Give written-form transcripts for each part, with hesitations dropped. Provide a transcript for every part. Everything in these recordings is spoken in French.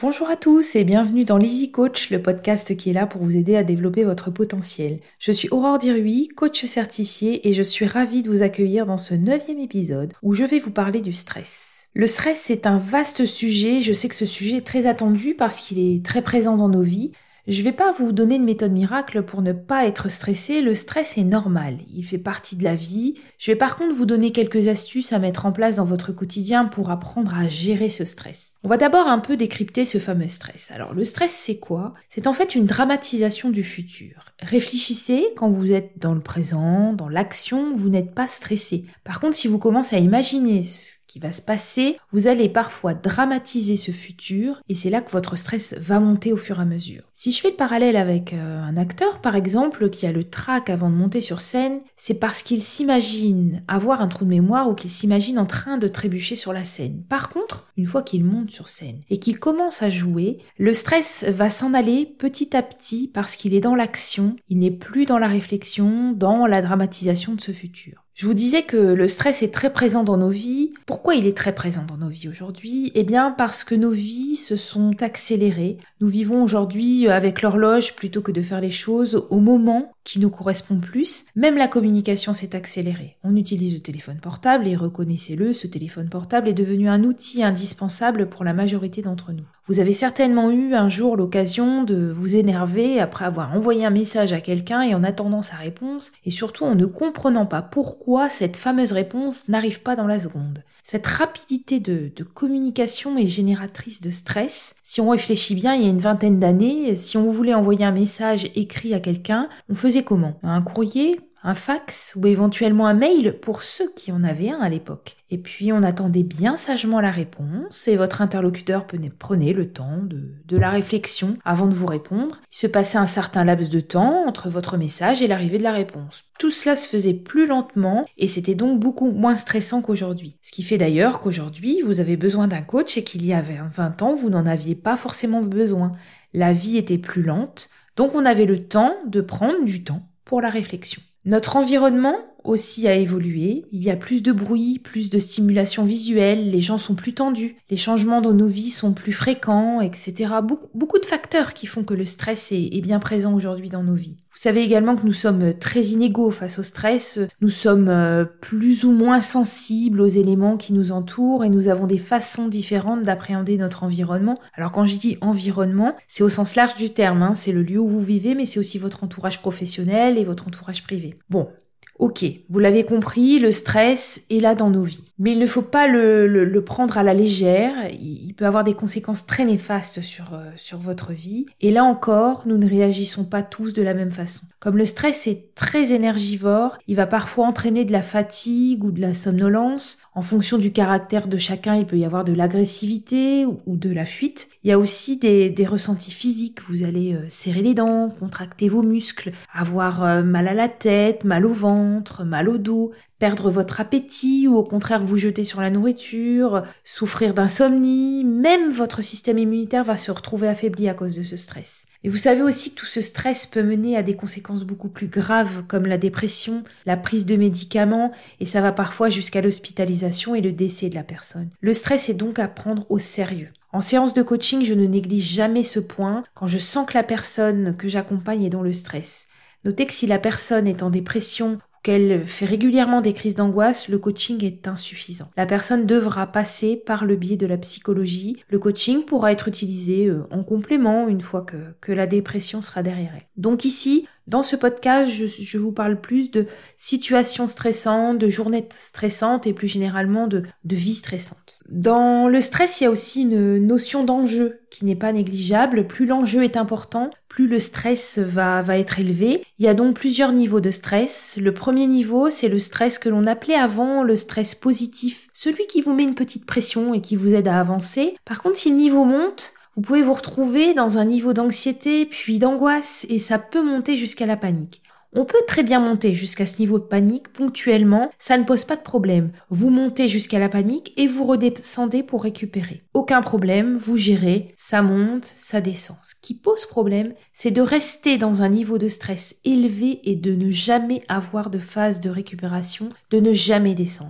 Bonjour à tous et bienvenue dans l'Easy Coach, le podcast qui est là pour vous aider à développer votre potentiel. Je suis Aurore Diruy, coach certifiée et je suis ravie de vous accueillir dans ce 9e épisode où je vais vous parler du stress. Le stress, c'est un vaste sujet, je sais que ce sujet est très attendu parce qu'il est très présent dans nos vies. Je ne vais pas vous donner de méthode miracle pour ne pas être stressé, le stress est normal, il fait partie de la vie. Je vais par contre vous donner quelques astuces à mettre en place dans votre quotidien pour apprendre à gérer ce stress. On va d'abord un peu décrypter ce fameux stress. Alors le stress c'est quoi ? C'est en fait une dramatisation du futur. Réfléchissez, quand vous êtes dans le présent, dans l'action, vous n'êtes pas stressé. Par contre, si vous commencez à imaginer ce qui va se passer, vous allez parfois dramatiser ce futur et c'est là que votre stress va monter au fur et à mesure. Si je fais le parallèle avec un acteur par exemple qui a le trac avant de monter sur scène, c'est parce qu'il s'imagine avoir un trou de mémoire ou qu'il s'imagine en train de trébucher sur la scène. Par contre, une fois qu'il monte sur scène et qu'il commence à jouer, le stress va s'en aller petit à petit parce qu'il est dans l'action, il n'est plus dans la réflexion, dans la dramatisation de ce futur. Je vous disais que le stress est très présent dans nos vies. Pourquoi il est très présent dans nos vies aujourd'hui ? Eh bien parce que nos vies se sont accélérées. Nous vivons aujourd'hui avec l'horloge plutôt que de faire les choses au moment qui nous correspond plus. Même la communication s'est accélérée. On utilise le téléphone portable et reconnaissez-le, ce téléphone portable est devenu un outil indispensable pour la majorité d'entre nous. Vous avez certainement eu un jour l'occasion de vous énerver après avoir envoyé un message à quelqu'un et en attendant sa réponse, et surtout en ne comprenant pas pourquoi cette fameuse réponse n'arrive pas dans la seconde. Cette rapidité de communication est génératrice de stress. Si on réfléchit bien, il y a une vingtaine d'années, si on voulait envoyer un message écrit à quelqu'un, on faisait comment ? Un courrier ? Un fax ou éventuellement un mail pour ceux qui en avaient un à l'époque. Et puis on attendait bien sagement la réponse et votre interlocuteur prenait le temps de la réflexion avant de vous répondre. Il se passait un certain laps de temps entre votre message et l'arrivée de la réponse. Tout cela se faisait plus lentement et c'était donc beaucoup moins stressant qu'aujourd'hui. Ce qui fait d'ailleurs qu'aujourd'hui vous avez besoin d'un coach et qu'il y a 20 ans vous n'en aviez pas forcément besoin. La vie était plus lente, donc on avait le temps de prendre du temps pour la réflexion. Notre environnement aussi a évolué, il y a plus de bruit, plus de stimulation visuelle, les gens sont plus tendus, les changements dans nos vies sont plus fréquents, etc. Beaucoup de facteurs qui font que le stress est bien présent aujourd'hui dans nos vies. Vous savez également que nous sommes très inégaux face au stress, nous sommes plus ou moins sensibles aux éléments qui nous entourent et nous avons des façons différentes d'appréhender notre environnement. Alors quand je dis environnement, c'est au sens large du terme, c'est le lieu où vous vivez, mais c'est aussi votre entourage professionnel et votre entourage privé. Bon. Ok, vous l'avez compris, le stress est là dans nos vies. Mais il ne faut pas le prendre à la légère, il peut avoir des conséquences très néfastes sur votre vie. Et là encore, nous ne réagissons pas tous de la même façon. Comme le stress est très énergivore, il va parfois entraîner de la fatigue ou de la somnolence. En fonction du caractère de chacun, il peut y avoir de l'agressivité ou de la fuite. Il y a aussi des ressentis physiques. Vous allez serrer les dents, contracter vos muscles, avoir mal à la tête, mal au ventre, mal au dos, perdre votre appétit ou au contraire vous jeter sur la nourriture, souffrir d'insomnie, même votre système immunitaire va se retrouver affaibli à cause de ce stress. Et vous savez aussi que tout ce stress peut mener à des conséquences beaucoup plus graves comme la dépression, la prise de médicaments et ça va parfois jusqu'à l'hospitalisation et le décès de la personne. Le stress est donc à prendre au sérieux. En séance de coaching, je ne néglige jamais ce point quand je sens que la personne que j'accompagne est dans le stress. Notez que si la personne est en dépression, qu'elle fait régulièrement des crises d'angoisse, le coaching est insuffisant. La personne devra passer par le biais de la psychologie. Le coaching pourra être utilisé en complément une fois que la dépression sera derrière elle. Donc ici, dans ce podcast, je vous parle plus de situations stressantes, de journées stressantes et plus généralement de vie stressante. Dans le stress, il y a aussi une notion d'enjeu qui n'est pas négligeable. Plus l'enjeu est important, plus le stress va être élevé. Il y a donc plusieurs niveaux de stress. Le premier niveau, c'est le stress que l'on appelait avant le stress positif, celui qui vous met une petite pression et qui vous aide à avancer. Par contre, si le niveau monte, vous pouvez vous retrouver dans un niveau d'anxiété puis d'angoisse et ça peut monter jusqu'à la panique. On peut très bien monter jusqu'à ce niveau de panique ponctuellement, ça ne pose pas de problème. Vous montez jusqu'à la panique et vous redescendez pour récupérer. Aucun problème, vous gérez, ça monte, ça descend. Ce qui pose problème, c'est de rester dans un niveau de stress élevé et de ne jamais avoir de phase de récupération, de ne jamais descendre.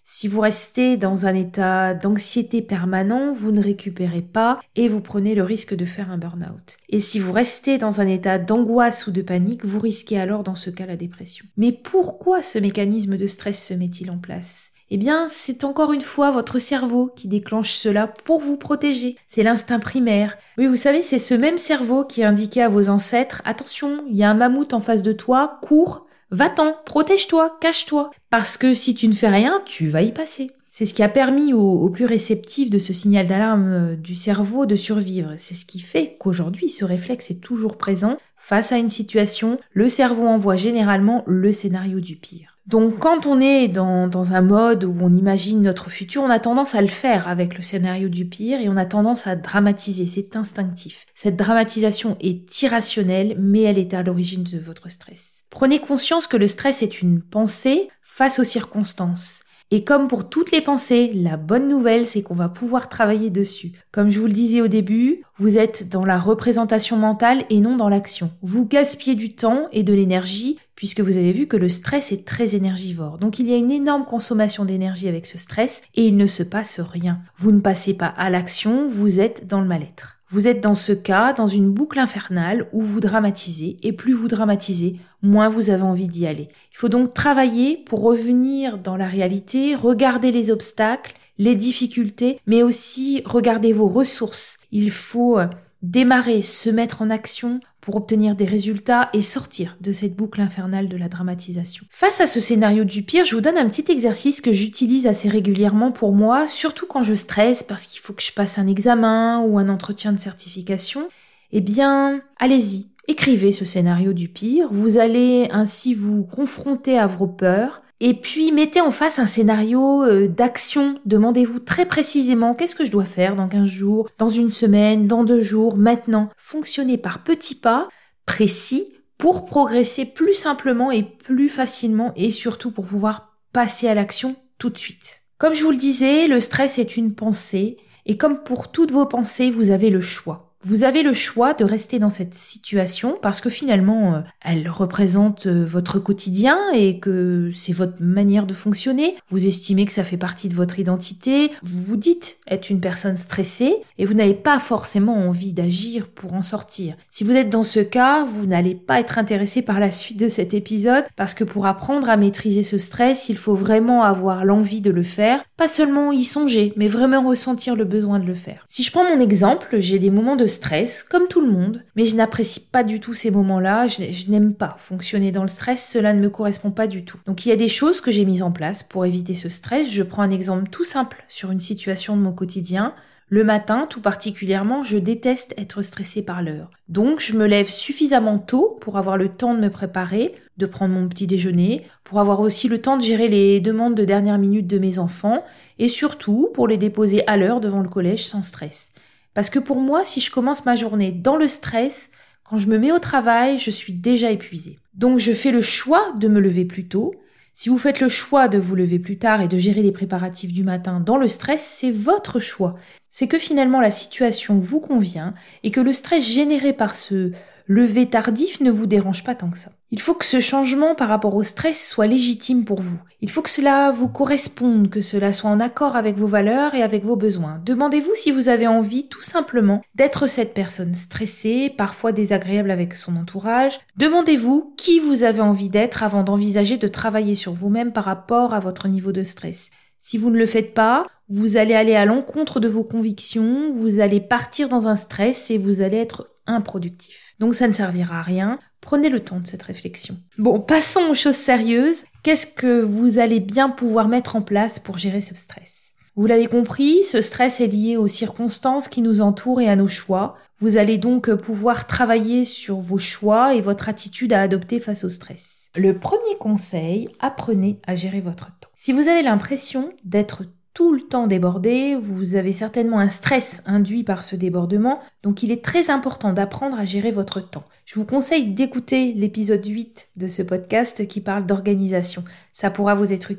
Si vous restez dans un état d'anxiété permanent, vous ne récupérez pas et vous prenez le risque de faire un burn-out. Et si vous restez dans un état d'angoisse ou de panique, vous risquez alors dans ce cas la dépression. Mais pourquoi ce mécanisme de stress se met-il en place ? Eh bien, c'est encore une fois votre cerveau qui déclenche cela pour vous protéger. C'est l'instinct primaire. Oui, vous savez, c'est ce même cerveau qui indiquait à vos ancêtres « Attention, il y a un mammouth en face de toi, cours !» Va-t'en, protège-toi, cache-toi. Parce que si tu ne fais rien, tu vas y passer. C'est ce qui a permis aux plus réceptifs de ce signal d'alarme du cerveau de survivre. C'est ce qui fait qu'aujourd'hui, ce réflexe est toujours présent. Face à une situation, le cerveau envoie généralement le scénario du pire. Donc quand on est dans un mode où on imagine notre futur, on a tendance à le faire avec le scénario du pire et on a tendance à dramatiser, c'est instinctif. Cette dramatisation est irrationnelle, mais elle est à l'origine de votre stress. Prenez conscience que le stress est une pensée face aux circonstances. Et comme pour toutes les pensées, la bonne nouvelle, c'est qu'on va pouvoir travailler dessus. Comme je vous le disais au début, vous êtes dans la représentation mentale et non dans l'action. Vous gaspillez du temps et de l'énergie puisque vous avez vu que le stress est très énergivore. Donc il y a une énorme consommation d'énergie avec ce stress et il ne se passe rien. Vous ne passez pas à l'action, vous êtes dans le mal-être. Vous êtes dans ce cas, dans une boucle infernale où vous dramatisez, et plus vous dramatisez, moins vous avez envie d'y aller. Il faut donc travailler pour revenir dans la réalité, regarder les obstacles, les difficultés, mais aussi regarder vos ressources. Il faut démarrer, se mettre en action pour obtenir des résultats et sortir de cette boucle infernale de la dramatisation. Face à ce scénario du pire, je vous donne un petit exercice que j'utilise assez régulièrement pour moi, surtout quand je stresse parce qu'il faut que je passe un examen ou un entretien de certification. Eh bien, allez-y, écrivez ce scénario du pire, vous allez ainsi vous confronter à vos peurs. Et puis, mettez en face un scénario d'action. Demandez-vous très précisément qu'est-ce que je dois faire dans 15 jours, dans une semaine, dans 2 jours, maintenant. Fonctionnez par petits pas précis pour progresser plus simplement et plus facilement et surtout pour pouvoir passer à l'action tout de suite. Comme je vous le disais, le stress est une pensée et comme pour toutes vos pensées, vous avez le choix. Vous avez le choix de rester dans cette situation parce que finalement, elle représente votre quotidien et que c'est votre manière de fonctionner. Vous estimez que ça fait partie de votre identité. Vous vous dites être une personne stressée et vous n'avez pas forcément envie d'agir pour en sortir. Si vous êtes dans ce cas, vous n'allez pas être intéressé par la suite de cet épisode parce que pour apprendre à maîtriser ce stress, il faut vraiment avoir l'envie de le faire. Pas seulement y songer, mais vraiment ressentir le besoin de le faire. Si je prends mon exemple, j'ai des moments de stress, comme tout le monde, mais je n'apprécie pas du tout ces moments-là, je n'aime pas fonctionner dans le stress, cela ne me correspond pas du tout. Donc il y a des choses que j'ai mises en place pour éviter ce stress. Je prends un exemple tout simple sur une situation de mon quotidien. Le matin, tout particulièrement, je déteste être stressée par l'heure. Donc, je me lève suffisamment tôt pour avoir le temps de me préparer, de prendre mon petit déjeuner, pour avoir aussi le temps de gérer les demandes de dernière minute de mes enfants, et surtout pour les déposer à l'heure devant le collège sans stress. Parce que pour moi, si je commence ma journée dans le stress, quand je me mets au travail, je suis déjà épuisée. Donc, je fais le choix de me lever plus tôt. Si vous faites le choix de vous lever plus tard et de gérer les préparatifs du matin dans le stress, c'est votre choix. C'est que finalement la situation vous convient et que le stress généré par ce lever tardif ne vous dérange pas tant que ça. Il faut que ce changement par rapport au stress soit légitime pour vous. Il faut que cela vous corresponde, que cela soit en accord avec vos valeurs et avec vos besoins. Demandez-vous si vous avez envie tout simplement d'être cette personne stressée, parfois désagréable avec son entourage. Demandez-vous qui vous avez envie d'être avant d'envisager de travailler sur vous-même par rapport à votre niveau de stress. Si vous ne le faites pas, vous allez aller à l'encontre de vos convictions, vous allez partir dans un stress et vous allez être improductif. Donc ça ne servira à rien. Prenez le temps de cette réflexion. Bon, passons aux choses sérieuses. Qu'est-ce que vous allez bien pouvoir mettre en place pour gérer ce stress ? Vous l'avez compris, ce stress est lié aux circonstances qui nous entourent et à nos choix. Vous allez donc pouvoir travailler sur vos choix et votre attitude à adopter face au stress. Le premier conseil, apprenez à gérer votre temps. Si vous avez l'impression d'être tout le temps débordé, vous avez certainement un stress induit par ce débordement, donc il est très important d'apprendre à gérer votre temps. Je vous conseille d'écouter l'épisode 8 de ce podcast qui parle d'organisation, ça pourra vous être utile.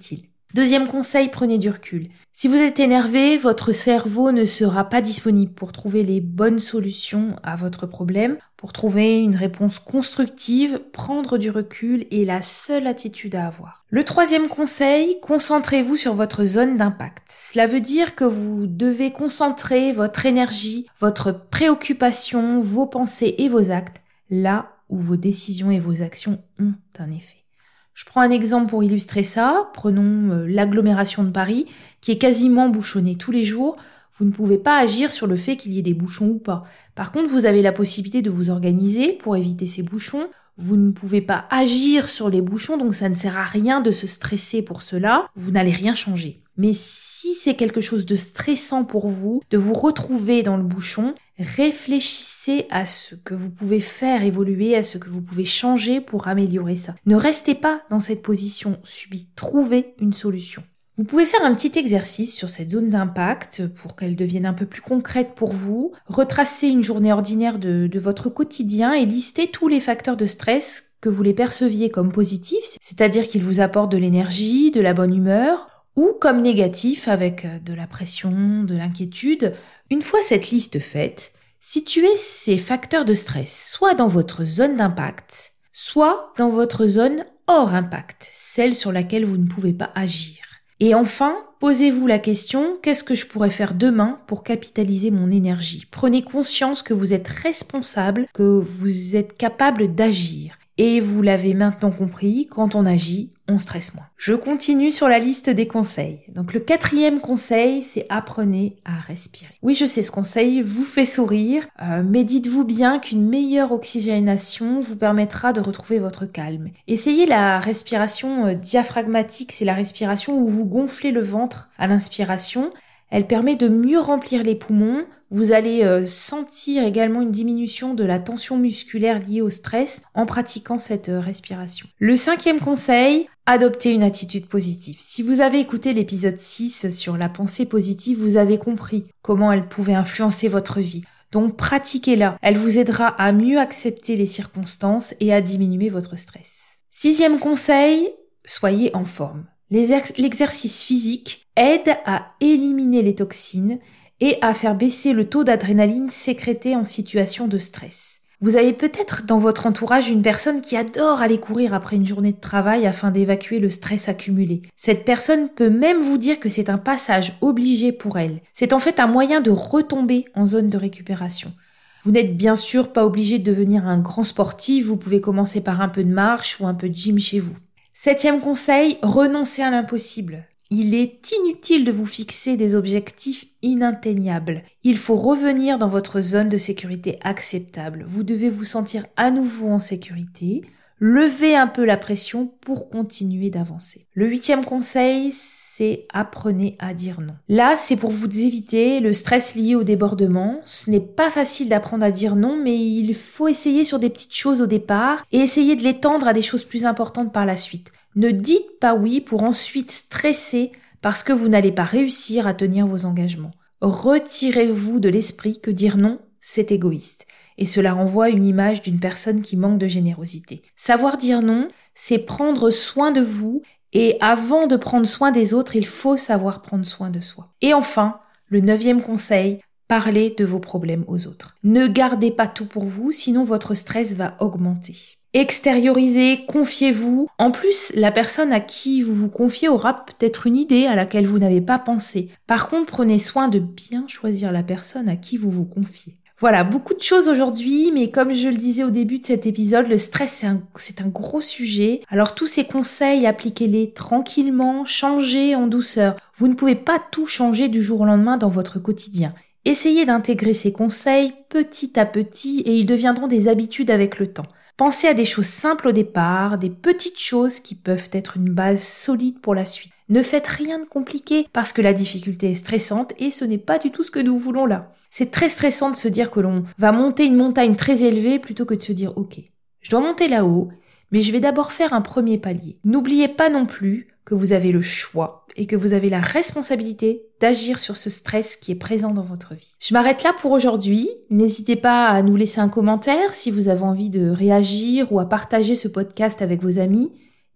Deuxième conseil, prenez du recul. Si vous êtes énervé, votre cerveau ne sera pas disponible pour trouver les bonnes solutions à votre problème, pour trouver une réponse constructive. Prendre du recul est la seule attitude à avoir. Le troisième conseil, concentrez-vous sur votre zone d'impact. Cela veut dire que vous devez concentrer votre énergie, votre préoccupation, vos pensées et vos actes là où vos décisions et vos actions ont un effet. Je prends un exemple pour illustrer ça. Prenons l'agglomération de Paris, qui est quasiment bouchonnée tous les jours. Vous ne pouvez pas agir sur le fait qu'il y ait des bouchons ou pas. Par contre, vous avez la possibilité de vous organiser pour éviter ces bouchons. Vous ne pouvez pas agir sur les bouchons, donc ça ne sert à rien de se stresser pour cela. Vous n'allez rien changer. Mais si c'est quelque chose de stressant pour vous, de vous retrouver dans le bouchon, réfléchissez à ce que vous pouvez faire évoluer, à ce que vous pouvez changer pour améliorer ça. Ne restez pas dans cette position subie, trouvez une solution. Vous pouvez faire un petit exercice sur cette zone d'impact pour qu'elle devienne un peu plus concrète pour vous. Retracez une journée ordinaire de votre quotidien et listez tous les facteurs de stress que vous les perceviez comme positifs, c'est-à-dire qu'ils vous apportent de l'énergie, de la bonne humeur, ou comme négatifs avec de la pression, de l'inquiétude. Une fois cette liste faite, situez ces facteurs de stress soit dans votre zone d'impact, soit dans votre zone hors impact, celle sur laquelle vous ne pouvez pas agir. Et enfin, posez-vous la question, qu'est-ce que je pourrais faire demain pour capitaliser mon énergie ? Prenez conscience que vous êtes responsable, que vous êtes capable d'agir. Et vous l'avez maintenant compris, quand on agit, on stresse moins. Je continue sur la liste des conseils. Donc le 4e conseil, c'est apprenez à respirer. Oui, je sais, ce conseil vous fait sourire, mais dites-vous bien qu'une meilleure oxygénation vous permettra de retrouver votre calme. Essayez la respiration diaphragmatique, c'est la respiration où vous gonflez le ventre à l'inspiration. Elle permet de mieux remplir les poumons. Vous allez sentir également une diminution de la tension musculaire liée au stress en pratiquant cette respiration. Le 5e conseil, adoptez une attitude positive. Si vous avez écouté l'épisode 6 sur la pensée positive, vous avez compris comment elle pouvait influencer votre vie. Donc pratiquez-la. Elle vous aidera à mieux accepter les circonstances et à diminuer votre stress. 6e conseil, soyez en forme. L'exercice physique aide à éliminer les toxines et à faire baisser le taux d'adrénaline sécrété en situation de stress. Vous avez peut-être dans votre entourage une personne qui adore aller courir après une journée de travail afin d'évacuer le stress accumulé. Cette personne peut même vous dire que c'est un passage obligé pour elle. C'est en fait un moyen de retomber en zone de récupération. Vous n'êtes bien sûr pas obligé de devenir un grand sportif, vous pouvez commencer par un peu de marche ou un peu de gym chez vous. 7e conseil, renoncez à l'impossible. Il est inutile de vous fixer des objectifs inatteignables. Il faut revenir dans votre zone de sécurité acceptable. Vous devez vous sentir à nouveau en sécurité. Levez un peu la pression pour continuer d'avancer. Le 8e conseil, c'est apprenez à dire non. Là, c'est pour vous éviter le stress lié au débordement. Ce n'est pas facile d'apprendre à dire non, mais il faut essayer sur des petites choses au départ et essayer de l'étendre à des choses plus importantes par la suite. Ne dites pas oui pour ensuite stresser parce que vous n'allez pas réussir à tenir vos engagements. Retirez-vous de l'esprit que dire non, c'est égoïste. Et cela renvoie à une image d'une personne qui manque de générosité. Savoir dire non, c'est prendre soin de vous et avant de prendre soin des autres, il faut savoir prendre soin de soi. Et enfin, le 9e conseil, parlez de vos problèmes aux autres. Ne gardez pas tout pour vous, sinon votre stress va augmenter. Extériorisez, confiez-vous. En plus, la personne à qui vous vous confiez aura peut-être une idée à laquelle vous n'avez pas pensé. Par contre, prenez soin de bien choisir la personne à qui vous vous confiez. Voilà, beaucoup de choses aujourd'hui, mais comme je le disais au début de cet épisode, le stress, c'est un gros sujet. Alors tous ces conseils, appliquez-les tranquillement, changez en douceur. Vous ne pouvez pas tout changer du jour au lendemain dans votre quotidien. Essayez d'intégrer ces conseils petit à petit et ils deviendront des habitudes avec le temps. Pensez à des choses simples au départ, des petites choses qui peuvent être une base solide pour la suite. Ne faites rien de compliqué parce que la difficulté est stressante et ce n'est pas du tout ce que nous voulons là. C'est très stressant de se dire que l'on va monter une montagne très élevée plutôt que de se dire « Ok, je dois monter là-haut, mais je vais d'abord faire un premier palier. » N'oubliez pas non plus que vous avez le choix et que vous avez la responsabilité d'agir sur ce stress qui est présent dans votre vie. Je m'arrête là pour aujourd'hui. N'hésitez pas à nous laisser un commentaire si vous avez envie de réagir ou à partager ce podcast avec vos amis.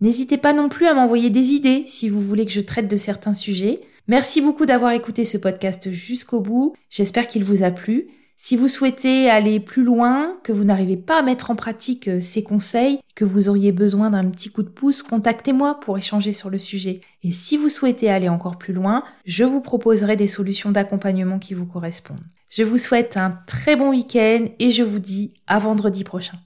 N'hésitez pas non plus à m'envoyer des idées si vous voulez que je traite de certains sujets. Merci beaucoup d'avoir écouté ce podcast jusqu'au bout. J'espère qu'il vous a plu. Si vous souhaitez aller plus loin, que vous n'arrivez pas à mettre en pratique ces conseils, que vous auriez besoin d'un petit coup de pouce, contactez-moi pour échanger sur le sujet. Et si vous souhaitez aller encore plus loin, je vous proposerai des solutions d'accompagnement qui vous correspondent. Je vous souhaite un très bon week-end et je vous dis à vendredi prochain.